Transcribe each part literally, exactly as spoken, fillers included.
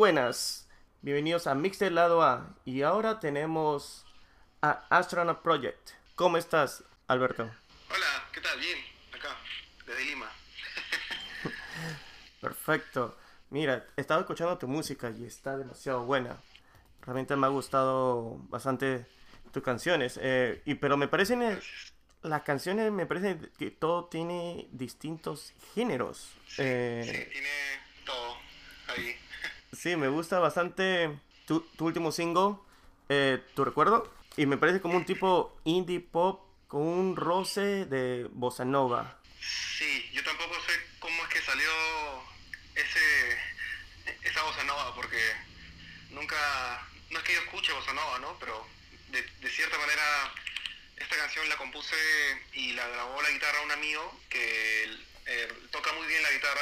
buenas, bienvenidos a Mixtape Lado A. Y ahora tenemos a Astronaut Project. ¿Cómo estás, Alberto? Hola, ¿qué tal? Bien, acá, desde Lima. Perfecto. Mira, he estado escuchando tu música y está demasiado buena. Realmente me ha gustado bastante tus canciones. Eh, y, pero me parecen, eh, Gracias. las canciones me parece que todo tiene distintos géneros. Sí, sí, Eh, tiene todo ahí. sí, me gusta bastante tu, tu último single, eh, Tu Recuerdo. Y me parece como un tipo indie pop con un roce de bossa nova. Sí, yo tampoco sé cómo es que salió ese esa bossa nova, porque nunca, no es que yo escuche bossa nova, ¿no? Pero de, de cierta manera esta canción la compuse y la grabó la guitarra un amigo que eh, toca muy bien la guitarra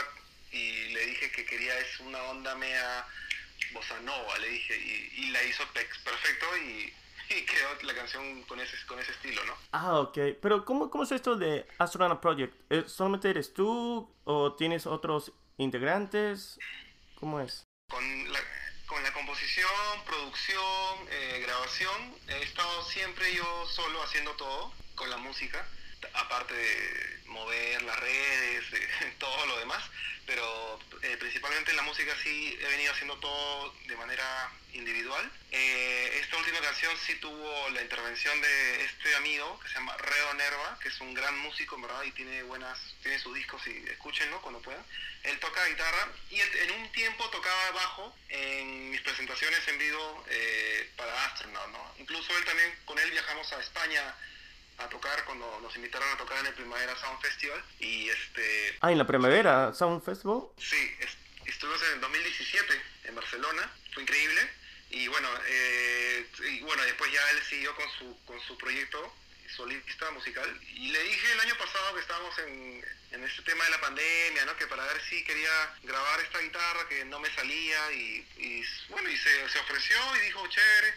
y le dije que quería es una onda media bossa nova, le dije, y, y la hizo perfecto y, y quedó la canción con ese, con ese estilo, ¿no? Ah, ok. Pero ¿cómo, cómo es esto de Astronaut Project? ¿Eh, ¿Solamente eres tú o tienes otros integrantes? ¿Cómo es? Con la, con la composición, producción, eh, grabación, he estado siempre yo solo haciendo todo con la música, aparte de mover las redes, de, todo lo demás, pero eh, principalmente en la música sí he venido haciendo todo de manera individual. Eh, esta última canción sí tuvo la intervención de este amigo que se llama Redo Nerva, que es un gran músico, en verdad, y tiene buenas, tiene sus discos y escúchenlo cuando puedan. Él toca guitarra y él, en un tiempo tocaba bajo en mis presentaciones en vivo eh, para Astronaut, ¿no? Incluso él también, con él viajamos a España a tocar cuando nos invitaron a tocar en el Primavera Sound Festival y este Ah, en la primavera, Sound Festival. sí, est estuvimos en el dos mil diecisiete en Barcelona, fue increíble y bueno, eh, y bueno después ya él siguió con su, con su proyecto solista musical y le dije el año pasado que estábamos en, en este tema de la pandemia, ¿no? Que para ver si quería grabar esta guitarra que no me salía y, y bueno, y se, se ofreció y dijo chévere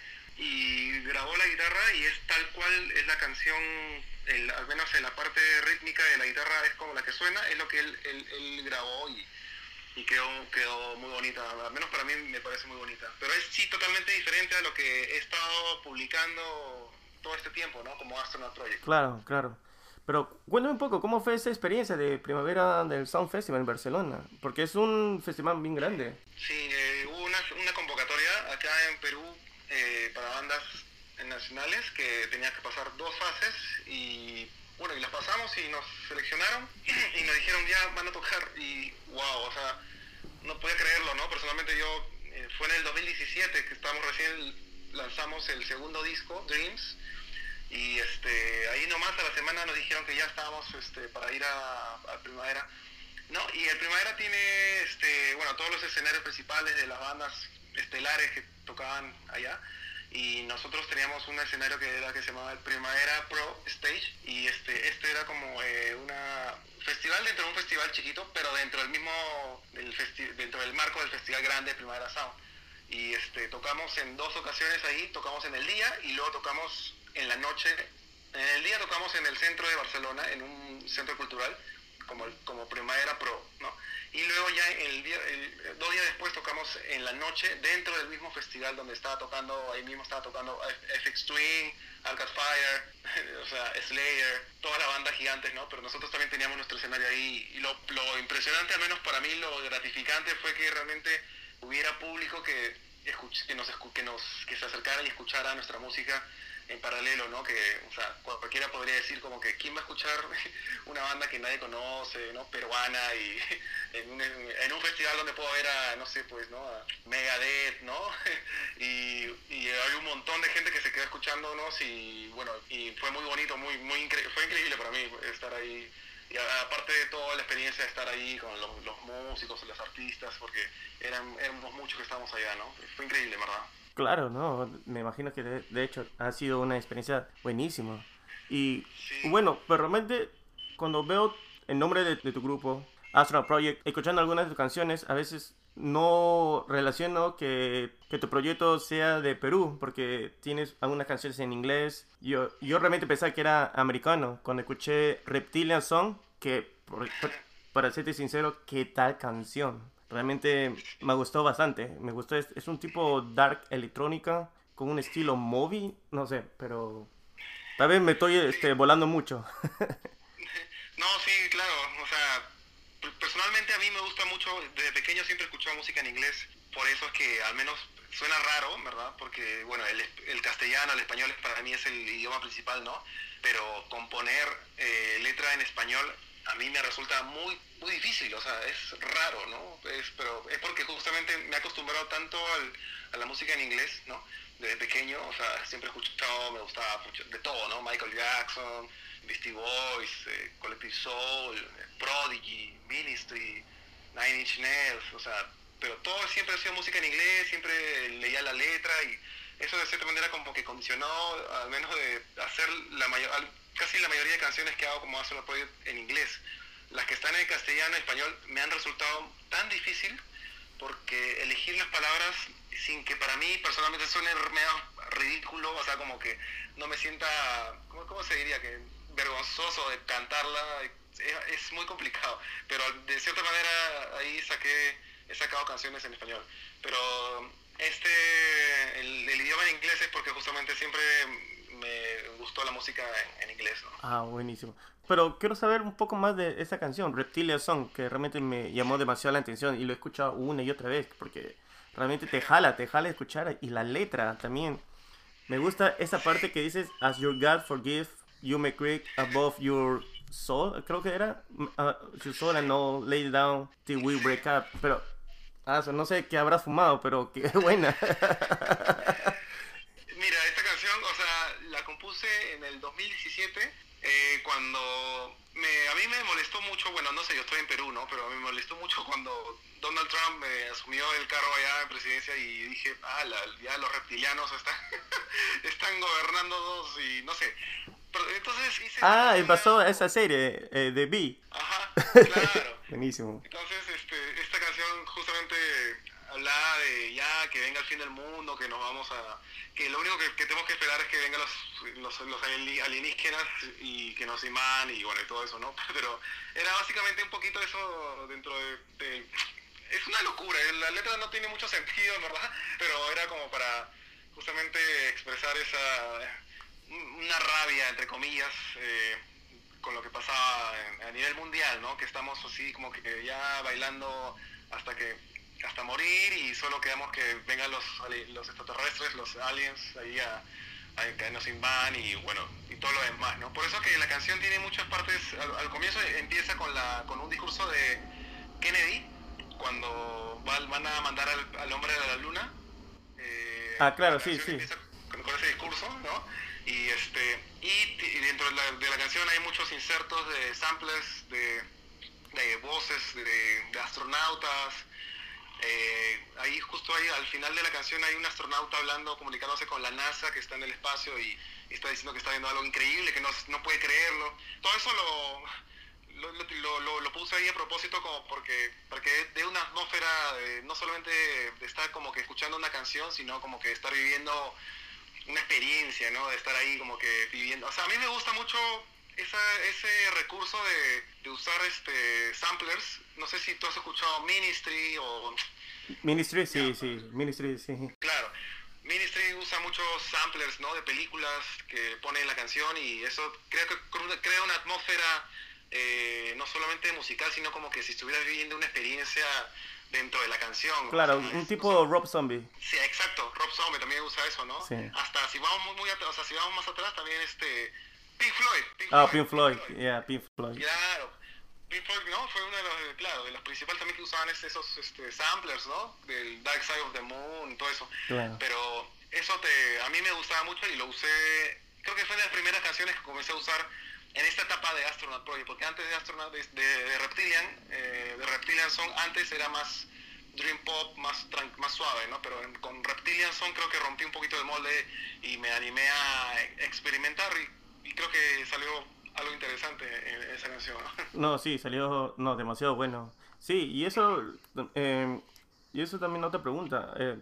y grabó la guitarra y es tal cual es la canción, el, al menos en la parte rítmica de la guitarra es como la que suena, es lo que él, él, él grabó y, y quedó, quedó muy bonita, al menos para mí me parece muy bonita. Pero es sí totalmente diferente a lo que he estado publicando todo este tiempo, ¿no? Como Astronaut Project. Claro, claro. Pero cuéntame un poco, ¿cómo fue esa experiencia de primavera del Sound Festival en Barcelona? Porque es un festival bien grande. Sí, eh, hubo una, una convocatoria acá en Perú eh, para bandas nacionales que tenía que pasar dos fases y bueno, y las pasamos y nos seleccionaron y nos dijeron ya van a tocar y wow, o sea, no podía creerlo, ¿no? Personalmente yo, eh, fue en el dos mil diecisiete que estábamos recién, lanzamos el segundo disco, Dreams, y este, ahí nomás a la semana nos dijeron que ya estábamos este, para ir a, a Primavera. No, y el Primavera tiene, este, bueno, todos los escenarios principales de las bandas estelares que tocaban allá. Y nosotros teníamos un escenario que era que se llamaba el Primavera Pro Stage. Y este, este era como eh, una festival dentro de un festival chiquito, pero dentro del mismo, del festi dentro del marco del festival grande Primavera Sound. Y este, tocamos en dos ocasiones ahí, tocamos en el día y luego tocamos en la noche. En el día tocamos en el centro de Barcelona, en un centro cultural, como, el, como Primavera Pro, ¿no? Y luego ya el día, el, dos días después tocamos en la noche dentro del mismo festival donde estaba tocando, ahí mismo estaba tocando F X Twin, Arcade Fire, o sea, Slayer, toda la banda gigantes, ¿no? Pero nosotros también teníamos nuestro escenario ahí y lo, lo impresionante, al menos para mí, lo gratificante fue que realmente hubiera público que, escuch que, nos, que, nos, que se acercara y escuchara nuestra música en paralelo, ¿no? Que, o sea, cualquiera podría decir como que ¿quién va a escuchar una banda que nadie conoce, ¿no? Peruana y en un, en un festival donde puedo ver a, no sé, pues, ¿no? A Megadeth, ¿no? y, y hay un montón de gente que se quedó escuchándonos y, bueno, y fue muy bonito, muy, muy incre fue increíble para mí estar ahí. Y aparte de toda la experiencia de estar ahí con los, los músicos, los artistas, porque eran, éramos muchos que estábamos allá, ¿no? Fue increíble, ¿verdad? Claro, no, me imagino que de, de hecho ha sido una experiencia buenísima. Y Sí. bueno, pero realmente cuando veo el nombre de, de tu grupo, Astro Project, escuchando algunas de tus canciones, a veces no relaciono que, que tu proyecto sea de Perú, porque tienes algunas canciones en inglés. Yo, yo realmente pensaba que era americano cuando escuché Reptilian Song, que por- por- para serte sincero, qué tal canción. realmente me gustó bastante. Me gustó, es, es un tipo dark electrónica con un estilo Moby, no sé, pero tal vez me estoy Sí, este, volando mucho. no, sí, claro, o sea, p- personalmente a mí me gusta mucho, desde pequeño siempre he escuchado música en inglés, por eso es que al menos suena raro, ¿verdad? Porque, bueno, el, es- el castellano, el español es- para mí es el idioma principal, ¿no? Pero componer eh, letra en español a mí me resulta muy, muy difícil, o sea, es raro, ¿no? Es, pero es porque justamente me he acostumbrado tanto al, a la música en inglés, ¿no? Desde pequeño, o sea, siempre he escuchado, me gustaba mucho de todo, ¿no? Michael Jackson, Beastie Boys, eh, Collective Soul, eh, Prodigy, Ministry, Nine Inch Nails, o sea, pero todo siempre ha sido música en inglés, siempre leía la letra y eso de cierta manera como que condicionó al menos de hacer la mayor, casi la mayoría de canciones que hago como hace una Project en inglés. Las que están en castellano y español me han resultado tan difícil porque elegir las palabras sin que para mí personalmente suene medio ridículo, o sea, como que no me sienta, ¿cómo, cómo se diría? Que vergonzoso de cantarla, es, es muy complicado, pero de cierta manera ahí saqué, he sacado canciones en español, pero este, el, el idioma en inglés es porque justamente siempre me gustó la música en, en inglés, ¿no? Ah, buenísimo. Pero quiero saber un poco más de esa canción, Reptilia Song, que realmente me llamó demasiado la atención y lo he escuchado una y otra vez, porque realmente te jala, te jala escuchar y la letra también. Me gusta esa parte Sí, que dices, As your God forgive, you may creep above your soul, creo que era, uh, your soul and no lay down till we sí. break up. Pero, ah, so, no sé qué habrás fumado, pero qué buena. Mira, esta canción, o sea, la compuse en el dos mil diecisiete, eh, cuando me, a mí me molestó mucho, bueno, no sé, yo estoy en Perú, ¿no? Pero me molestó mucho cuando Donald Trump eh, asumió el cargo allá en presidencia y dije, ah, la, ya los reptilianos están, están gobernando y no sé. Pero entonces hice esta Ah, y canción pasó nada a esa como, serie eh, de B. ajá, claro. Buenísimo. Entonces, este, esta canción justamente hablaba de ya que venga el fin del mundo, que nos vamos a... que lo único que, que tenemos que esperar es que vengan los, los, los alienígenas y que nos invadan y bueno, y todo eso, ¿no? Pero era básicamente un poquito eso dentro de... de es una locura, la letra no tiene mucho sentido, en verdad, pero era como para justamente expresar esa... una rabia, entre comillas, eh, con lo que pasaba en- a nivel mundial, ¿no? Que estamos así como que ya bailando hasta que hasta morir y solo quedamos que vengan los, los extraterrestres, los aliens ahí a, a que nos invadan y bueno, y todo lo demás, ¿no? Por eso que la canción tiene muchas partes, al, al comienzo empieza con, la, con un discurso de Kennedy, cuando va, van a mandar al, al hombre a la luna, eh, Ah, la claro, sí, canción sí. empieza con, con ese discurso, ¿no? Y, este, y, y dentro de la, de la canción hay muchos insertos de samplers, de, de voces de, de astronautas. Eh, ahí justo ahí al final de la canción hay un astronauta hablando, comunicándose con la NASA que está en el espacio y, y está diciendo que está viendo algo increíble, que no, no puede creerlo. Todo eso lo, lo, lo, lo, lo puse ahí a propósito como porque para que dé una atmósfera de, no solamente de estar como que escuchando una canción, sino como que estar viviendo una experiencia, ¿no? De estar ahí como que viviendo. O sea, a mí me gusta mucho esa, ese recurso de, de usar este samplers. No sé si tú has escuchado Ministry o... Ministry, Ya, sí, sí. Ministry, sí. claro. Ministry usa muchos samplers, ¿no? De películas que pone en la canción y eso creo que crea una atmósfera eh, no solamente musical, sino como que si estuvieras viviendo una experiencia dentro de la canción. O Claro, sea, un es, no tipo solo, Rob Zombie. sí, exacto. Rob Zombie también usa eso, ¿no? Sí. Hasta si vamos muy, muy atrás, o sea, si vamos más atrás, también este Pink Floyd, Pink Ah, Floyd, Pink Pink Floyd. Floyd. Yeah, Pink Floyd. Claro. Pink Floyd, ¿no? Fue uno de los, claro, de los principales también que usaban esos este, samplers, ¿no? Del Dark Side of the Moon y todo eso. Claro. Pero eso te, a mí me gustaba mucho y lo usé, creo que fue de las primeras canciones que comencé a usar en esta etapa de Astronaut Project, porque antes de Astronaut, de, de, de Reptilian, eh, de Reptilian Song, antes era más dream pop, más, más suave, ¿no? Pero en, con Reptilian Song creo que rompí un poquito el molde y me animé a experimentar y, y creo que salió algo interesante en esa canción, ¿no? No, sí, salió, no, demasiado bueno. Sí, y eso, eh, y eso también otra pregunta. Eh,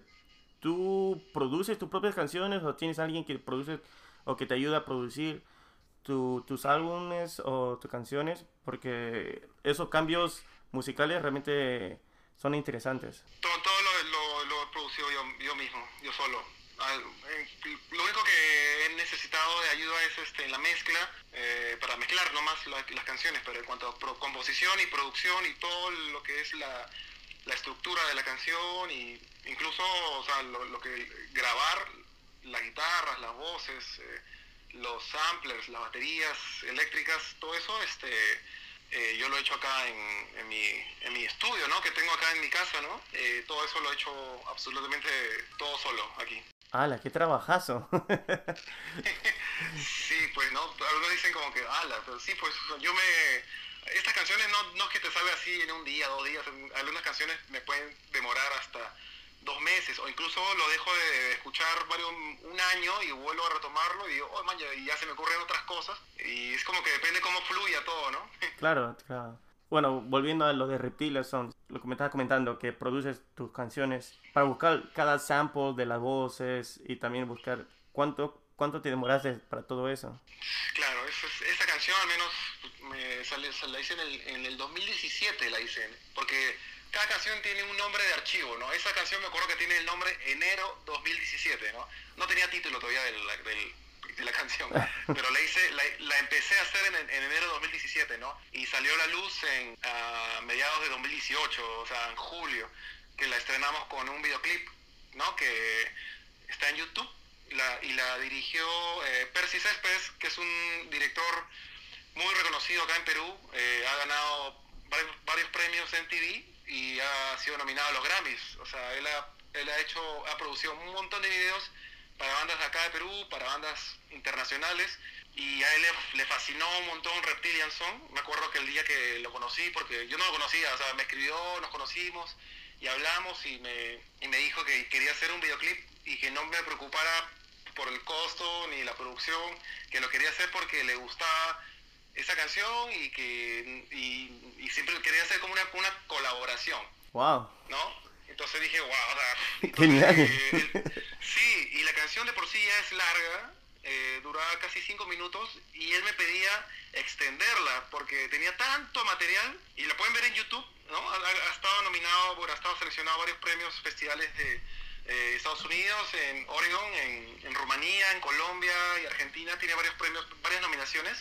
¿tú produces tus propias canciones o tienes alguien que produce o que te ayuda a producir tu- tus álbumes o tus canciones? Porque esos cambios musicales realmente son interesantes. Todo, todo lo, lo, lo he producido yo, yo mismo, yo solo. Al- eh, Lo único que he necesitado de ayuda es este, en la mezcla, eh, para mezclar nomás la- las canciones, pero en cuanto a pro- composición y producción y todo lo que es la, la estructura de la canción, y incluso, o sea, lo, lo que grabar las guitarras, las voces, eh, los samplers, las baterías eléctricas, todo eso, este, eh, yo lo he hecho acá en, en, mi, en mi estudio, ¿no? Que tengo acá en mi casa, ¿no? Eh, todo eso lo he hecho absolutamente todo solo aquí. ¡Hala, qué trabajazo! Sí, pues, ¿no? Algunos dicen como que, ala, pero sí, pues yo me... Estas canciones no, no es que te salga así en un día, dos días. Algunas canciones me pueden demorar hasta dos meses, o incluso lo dejo de escuchar varios, un año y vuelvo a retomarlo y digo, oh, man, ya, y ya se me ocurren otras cosas. Y es como que depende cómo fluya todo, ¿no? Claro, claro. Bueno, volviendo a lo de Reptilia Sound, lo que me estabas comentando, que produces tus canciones para buscar cada sample de las voces y también buscar cuánto, cuánto te demoraste para todo eso. Claro, esa, esa canción al menos me sale, la hice en el, en el dos mil diecisiete, la hice, porque cada canción tiene un nombre de archivo, ¿no? Esa canción me acuerdo que tiene el nombre Enero dos mil diecisiete, ¿no? No tenía título todavía del, del, de la canción, pero la hice, la, la empecé a hacer en, en enero de dos mil diecisiete, ¿no? Y salió a la luz en uh, mediados de dos mil dieciocho, o sea, en julio, que la estrenamos con un videoclip, ¿no? Que está en YouTube. La, y la dirigió eh, Percy Céspedes, que es un director muy reconocido acá en Perú. Eh, ha ganado varios, varios premios en T V y ha sido nominado a los Grammys. O sea, él ha, él ha hecho, ha producido un montón de videos para bandas de acá de Perú, para bandas internacionales, y a él le, le fascinó un montón Reptilian Song. Me acuerdo que el día que lo conocí, porque yo no lo conocía, o sea, me escribió, nos conocimos y hablamos, y me, y me dijo que quería hacer un videoclip y que no me preocupara por el costo ni la producción, que lo quería hacer porque le gustaba esa canción y que y, y siempre quería hacer como una, una colaboración, ¡Wow! ¿no? Entonces dije, wow, o sea, entonces ¡Genial! eh, el, sí, y la canción de por sí ya es larga, eh, duraba casi cinco minutos, y él me pedía extenderla porque tenía tanto material, y la pueden ver en YouTube, ¿no? Ha, ha estado nominado, bueno, ha estado seleccionado a varios premios, festivales de eh, Estados Unidos, en Oregon, en, en Rumanía, en Colombia y Argentina. Tiene varios premios, varias nominaciones.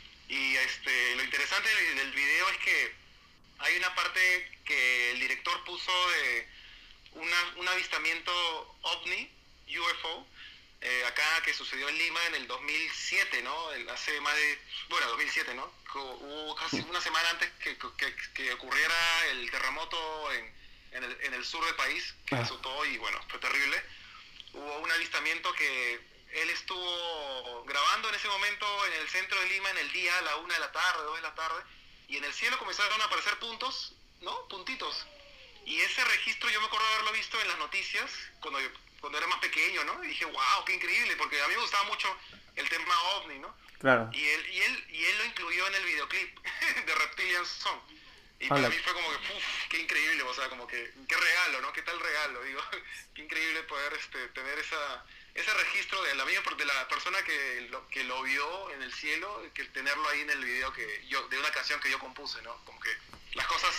Y este, lo interesante del, del video es que hay una parte que el director puso de una, un avistamiento ovni, U F O, eh, acá, que sucedió en Lima en el dos mil siete, ¿no? El, hace más de, bueno, dos mil siete, ¿no? Hubo casi una semana antes que, que, que ocurriera el terremoto en, en, el, en el sur del país, que Ah, azotó y bueno, fue terrible. Hubo un avistamiento que él estuvo grabando en ese momento en el centro de Lima en el día, a la una de la tarde, dos de la tarde, y en el cielo comenzaron a aparecer puntos, ¿no? Puntitos. Y ese registro yo me acuerdo de haberlo visto en las noticias cuando, yo, cuando era más pequeño, ¿no? Y dije, wow, qué increíble, porque a mí me gustaba mucho el tema ovni, ¿no? claro. Y él, y él, y él lo incluyó en el videoclip de Reptilian Song. Y para ¡Hala! mí fue como que, uff, qué increíble, o sea, como que, qué regalo, ¿no? ¿Qué tal regalo? Digo, qué increíble poder este, tener esa, ese registro de la, de la persona que lo, que lo vio en el cielo, que tenerlo ahí en el video que yo, de una canción que yo compuse, ¿no? Como que las cosas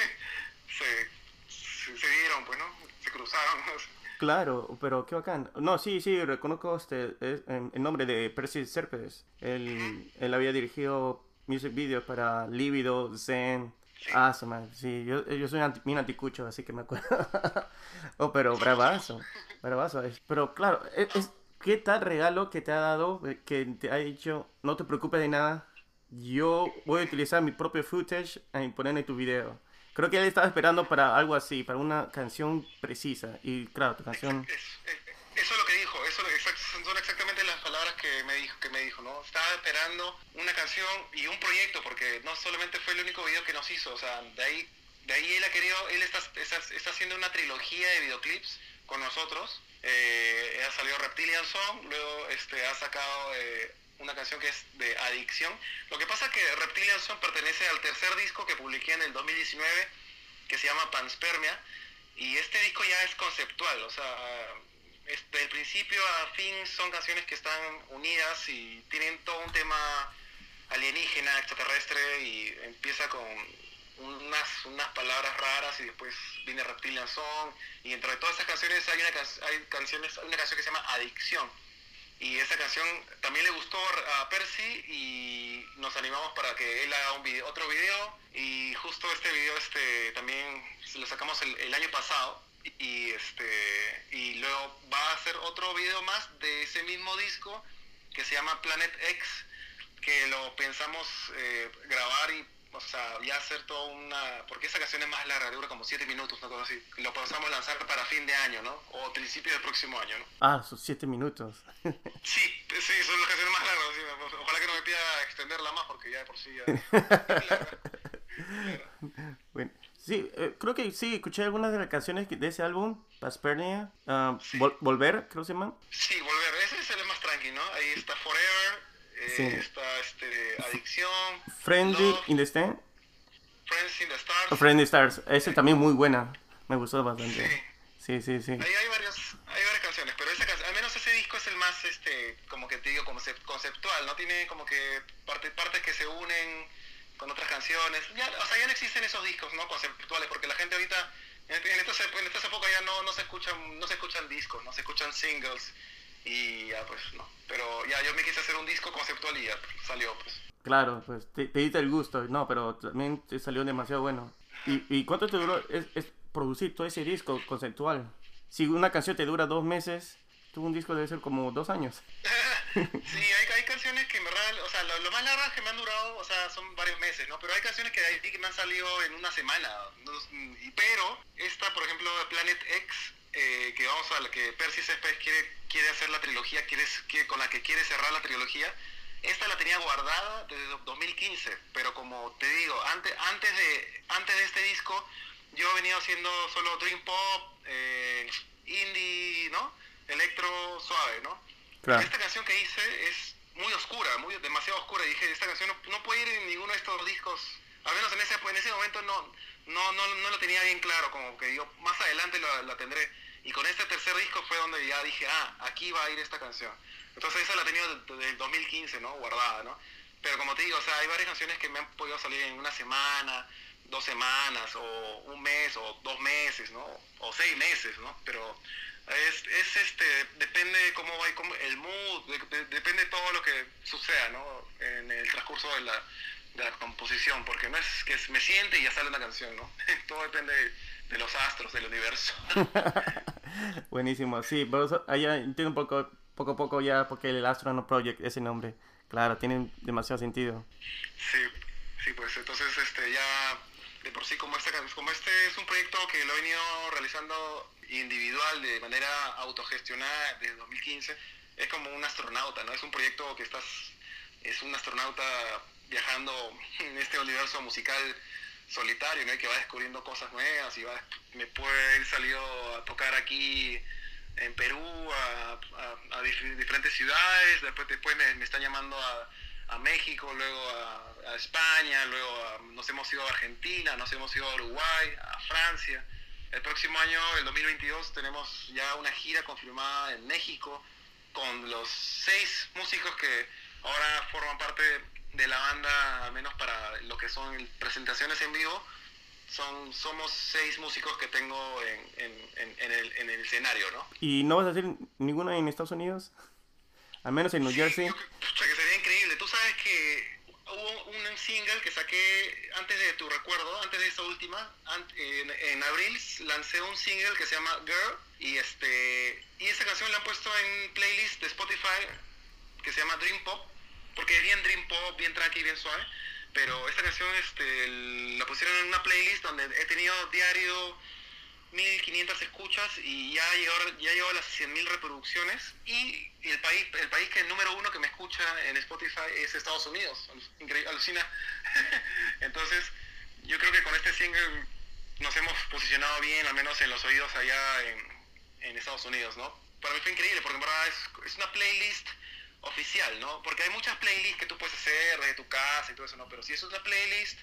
se, se, se dieron, pues, ¿no? Se cruzaron. Claro, pero qué bacán. No, sí, sí, reconozco este, es- em, el nombre de Percy Céspedes. Él, él había dirigido music videos para Lívido, Zen. Sí, Ah, su madre, sí, yo, yo soy anti, bien anticucho, así que me acuerdo. Oh, pero somos, somos. bravazo, bravazo. es- Pero claro, es, es- ¿qué tal regalo que te ha dado, eh, que te ha dicho, no te preocupes de nada, yo voy a utilizar mi propio footage y poner en tu video? Creo que él estaba esperando para algo así, para una canción precisa. Y claro, tu canción... Exact, es, es, eso es lo que dijo, eso lo, exact, son exactamente las palabras que me dijo, que me dijo, ¿no? Estaba esperando una canción y un proyecto, porque no solamente fue el único video que nos hizo, o sea, de ahí, de ahí él ha querido, él está, está, está haciendo una trilogía de videoclips con nosotros. Eh, ha salido Reptilian Song, luego este, ha sacado eh, una canción que es de Adicción. Lo que pasa es que Reptilian Song pertenece al tercer disco que publiqué en el dos mil diecinueve, que se llama Panspermia, y este disco ya es conceptual, o sea, desde el principio a fin son canciones que están unidas y tienen todo un tema alienígena, extraterrestre, y empieza con unas, unas palabras raras y después viene Reptilian Song y entre todas esas canciones hay una, hay canciones, hay una canción que se llama Adicción y esa canción también le gustó a Percy y nos animamos para que él haga un video, otro video y justo este video este también lo sacamos el, el año pasado y este y luego va a hacer otro video más de ese mismo disco que se llama Planet X que lo pensamos eh, grabar y o sea, ya hacer toda una... Porque esa canción es más larga, dura como siete minutos, una cosa así. Lo pensamos lanzar para fin de año, ¿no? O principio del próximo año, ¿no? Ah, son siete minutos. Sí, sí, son las canciones más largas. Sí. Ojalá que no me pida extenderla más porque ya de por sí ya... Bueno, sí, eh, creo que sí, escuché algunas de las canciones de ese álbum, Paspernia, uh, sí. Vol Volver, creo que se llama. Sí, Volver, ese es el más tranqui, ¿no? Ahí está Forever, eh, sí. está este, Adicción, Friendly Love, in the Stand. Friends in the Stars. Oh, Friendly Stars, ese también muy buena, me gustó bastante. Sí. Sí, sí, sí. Ahí hay varios, hay varias canciones, pero esa canción, al menos ese disco es el más, este, como que te digo, como conceptual, ¿no? Tiene como que parte, partes que se unen con otras canciones. Ya, o sea, ya no existen esos discos, ¿no? Conceptuales, porque la gente ahorita, en, en, estas, en estas épocas ya no, no se escuchan, no se escuchan discos, no se escuchan singles y ya pues no. Pero ya yo me quise hacer un disco conceptual y ya salió pues. Claro, pues te, te diste el gusto, no, pero también te salió demasiado bueno. ¿Y, y cuánto te duró es, es producir todo ese disco conceptual? Si una canción te dura dos meses, tuvo un disco debe ser como dos años. Sí, hay, hay canciones que en verdad, o sea, lo, lo más largas que me han durado, o sea, son varios meses, ¿no? Pero hay canciones que, hay, que me han salido en una semana, ¿no? Pero esta, por ejemplo, Planet X, eh, que vamos a la que Percy Céspedes quiere, quiere hacer la trilogía, quiere, quiere, con la que quiere cerrar la trilogía, esta la tenía guardada desde dos mil quince, pero como te digo, antes, antes, de, antes de este disco, yo he venido haciendo solo Dream Pop, eh, Indie, ¿no? Electro suave, ¿no? Claro. Esta canción que hice es muy oscura, muy demasiado oscura, y dije, esta canción no, no puede ir en ninguno de estos discos, al menos en ese, en ese momento no, no, no, no lo tenía bien claro, como que yo más adelante la, la tendré, y con este tercer disco fue donde ya dije, ah, aquí va a ir esta canción. Entonces esa la he tenido desde el dos mil quince, ¿no? Guardada, ¿no? Pero como te digo, o sea, hay varias canciones que me han podido salir en una semana, dos semanas, o un mes, o dos meses, ¿no? O seis meses, ¿no? Pero es, es este, depende de cómo va cómo, el mood, de, de, depende de todo lo que suceda, ¿no? En el transcurso de la, de la composición, porque no es que me siente y ya sale una canción, ¿no? Todo depende de, de los astros, del universo. Buenísimo, sí, pero allá entiendo un poco... Poco a poco ya, porque el Astronaut Project, ese nombre, claro, tiene demasiado sentido. Sí, sí, pues entonces este ya de por sí como este, como este es un proyecto que lo he venido realizando individual de manera autogestionada desde dos mil quince, es como un astronauta, ¿no? Es un proyecto que estás, es un astronauta viajando en este universo musical solitario, ¿no? Y que va descubriendo cosas nuevas y va, me puede haber salido a tocar aquí en Perú, a, a, a diferentes ciudades, después, después me, me están llamando a, a México, luego a, a España, luego a, nos hemos ido a Argentina, nos hemos ido a Uruguay, a Francia. El próximo año, el dos mil veintidós, tenemos ya una gira confirmada en México con los seis músicos que ahora forman parte de la banda, al menos para lo que son presentaciones en vivo. Son, somos seis músicos que tengo en, en, en, en, el, en el escenario, ¿no? ¿Y no vas a hacer ninguno en Estados Unidos? Al menos en New sí, Jersey. Yo, pucha, que sería increíble. Tú sabes que hubo un single que saqué antes de tu recuerdo, antes de esta última, en, en abril lancé un single que se llama Girl y este y esa canción la han puesto en playlist de Spotify que se llama Dream Pop, porque es bien Dream Pop, bien tranqui, bien suave. Pero esta canción este, la pusieron en una playlist donde he tenido diario mil quinientas escuchas y ya llegó, ya llegó a las cien mil reproducciones y, y el país el país que el número uno que me escucha en Spotify es Estados Unidos. Increíble, alucina. Entonces yo creo que con este single nos hemos posicionado bien, al menos en los oídos allá en, en Estados Unidos, ¿no? Para mí fue increíble porque en verdad es, es una playlist oficial, ¿no? Porque hay muchas playlists que tú puedes hacer desde tu casa y todo eso, ¿no? Pero si es una playlist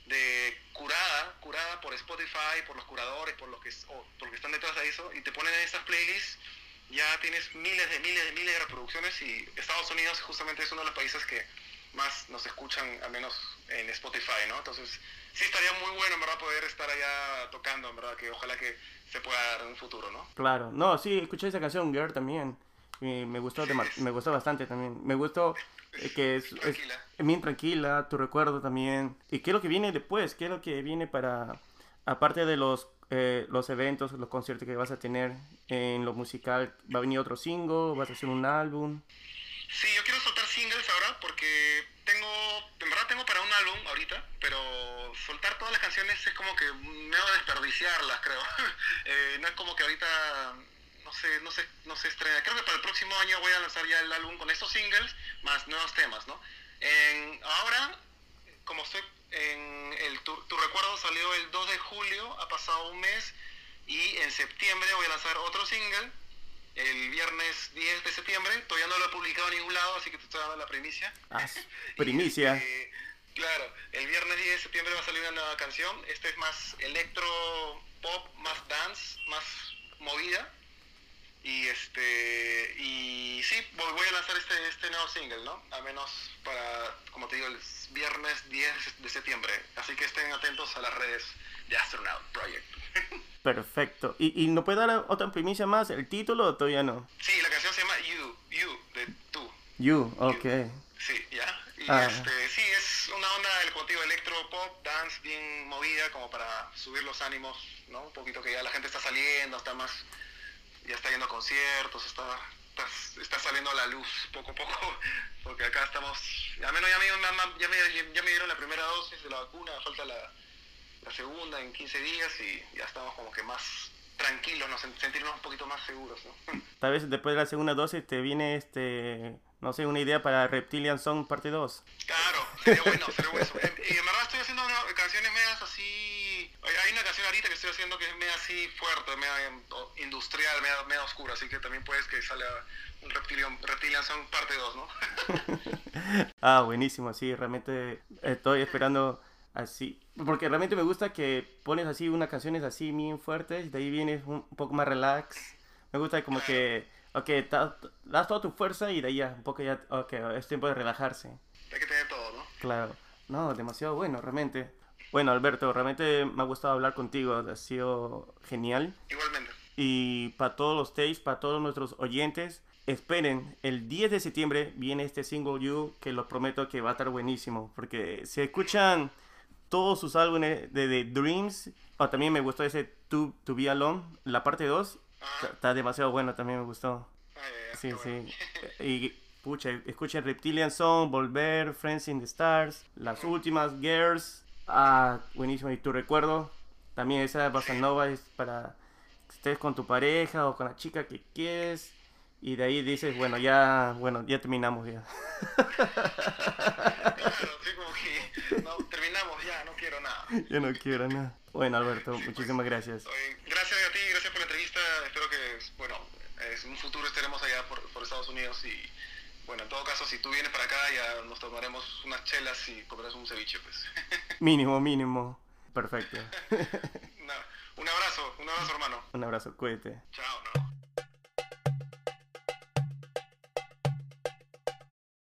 de curada, curada por Spotify, por los curadores, por los que, oh, por los que están detrás de eso, y te ponen en estas playlists, ya tienes miles de miles de miles de reproducciones y Estados Unidos justamente es uno de los países que más nos escuchan, al menos en Spotify, ¿no? Entonces, sí estaría muy bueno, en verdad, poder estar allá tocando, en verdad, que ojalá que se pueda dar en un futuro, ¿no? Claro, no, sí, escuché esa canción Girl también. Y me gustó, Sí, dema- es, me gustó bastante también. Me gustó eh, que es es, es tranquila. bien tranquila, tu recuerdo también. ¿Y qué es lo que viene después? ¿Qué es lo que viene para, aparte de los, eh, los eventos, los conciertos que vas a tener en lo musical? ¿Va a venir otro single? ¿Vas a hacer un álbum? Sí, yo quiero soltar singles ahora porque tengo, en verdad tengo para un álbum ahorita, pero soltar todas las canciones es como que me va a desperdiciarlas, creo. Eh, no es como que ahorita no sé, no sé, no se estrena. Creo que para el próximo año voy a lanzar ya el álbum con estos singles más nuevos temas, ¿no? En, ahora, como estoy en el tu, tu recuerdo salió el dos de julio, ha pasado un mes y en septiembre voy a lanzar otro single el viernes diez de septiembre. Todavía no lo he publicado en ningún lado, así que te estoy dando la primicia. Ah, s- Y primicia. este, claro, el viernes diez de septiembre va a salir una nueva canción. Este es más electro pop, más dance, más movida. Y este y sí, voy, voy a lanzar este, este nuevo single, ¿no? A menos para, como te digo, el viernes diez de septiembre. Así que estén atentos a las redes de Astronaut Project. Perfecto. ¿Y, y no puede dar otra primicia más? ¿El título o todavía no? Sí, la canción se llama You, You, de tú. You, You. ok. Sí, ya. Y Ah, este, sí, es una onda, el contigo electro pop, dance, bien movida, como para subir los ánimos, ¿no? Un poquito que ya la gente está saliendo, está más, ya está yendo a conciertos, está, está, está saliendo a la luz poco a poco, porque acá estamos, al menos ya me, ya me, ya me dieron la primera dosis de la vacuna, falta la, la segunda en quince días y ya estamos como que más tranquilos, nos sentirnos un poquito más seguros, ¿no? tal vez después de la segunda dosis te viene este, no sé, una idea para Reptilian Song parte dos. Claro, sería bueno, sería bueno. Y en verdad estoy haciendo una- canciones medias así. Hay hay una canción ahorita que estoy haciendo que es media así fuerte, media em, o- industrial, media, media oscura, así que también puedes que salga un Reptilian, Reptilian Song parte dos, ¿no? Ah, buenísimo, sí, realmente estoy esperando así, porque realmente me gusta que pones así unas canciones así bien fuertes, y de ahí vienes un poco más relax. Me gusta como Claro, que, ok, ta- das toda tu fuerza y de ahí ya, un poco ya, ok, es tiempo de relajarse. hay que tener todo, ¿no? Claro, no, demasiado bueno, realmente. Bueno, Alberto, realmente me ha gustado hablar contigo, ha sido genial. Igualmente. Y para todos los tapes, para todos nuestros oyentes, esperen, el diez de septiembre viene este single You, que los prometo que va a estar buenísimo, porque si escuchan todos sus álbumes de, de Dreams, o también me gustó ese To, to Be Alone, la parte dos está, Ajá. está demasiado bueno, también me gustó. Ah, ya, ya, Sí, qué bueno. sí. Y pucha, escuchen Reptilian Song, Volver, Friends in the Stars, las últimas, Girls. Ah, buenísimo. Y tu recuerdo, también esa bossa Sí. nova es para que estés con tu pareja o con la chica que quieres. Y de ahí dices, bueno, ya, bueno, ya terminamos ya. Claro, sí, como que no, terminamos ya, no quiero nada. Yo no quiero nada. Bueno, Alberto, Sí, pues. muchísimas gracias. Oye, gracias a ti, gracias por la entrevista. Espero que, bueno, en un futuro estaremos allá por, por Estados Unidos y, bueno, en todo caso, si tú vienes para acá, ya nos tomaremos unas chelas y comerás un ceviche, pues. Mínimo, mínimo. Perfecto. Una- un abrazo, un abrazo, hermano. Un abrazo, cuídate. Chao, ¿no?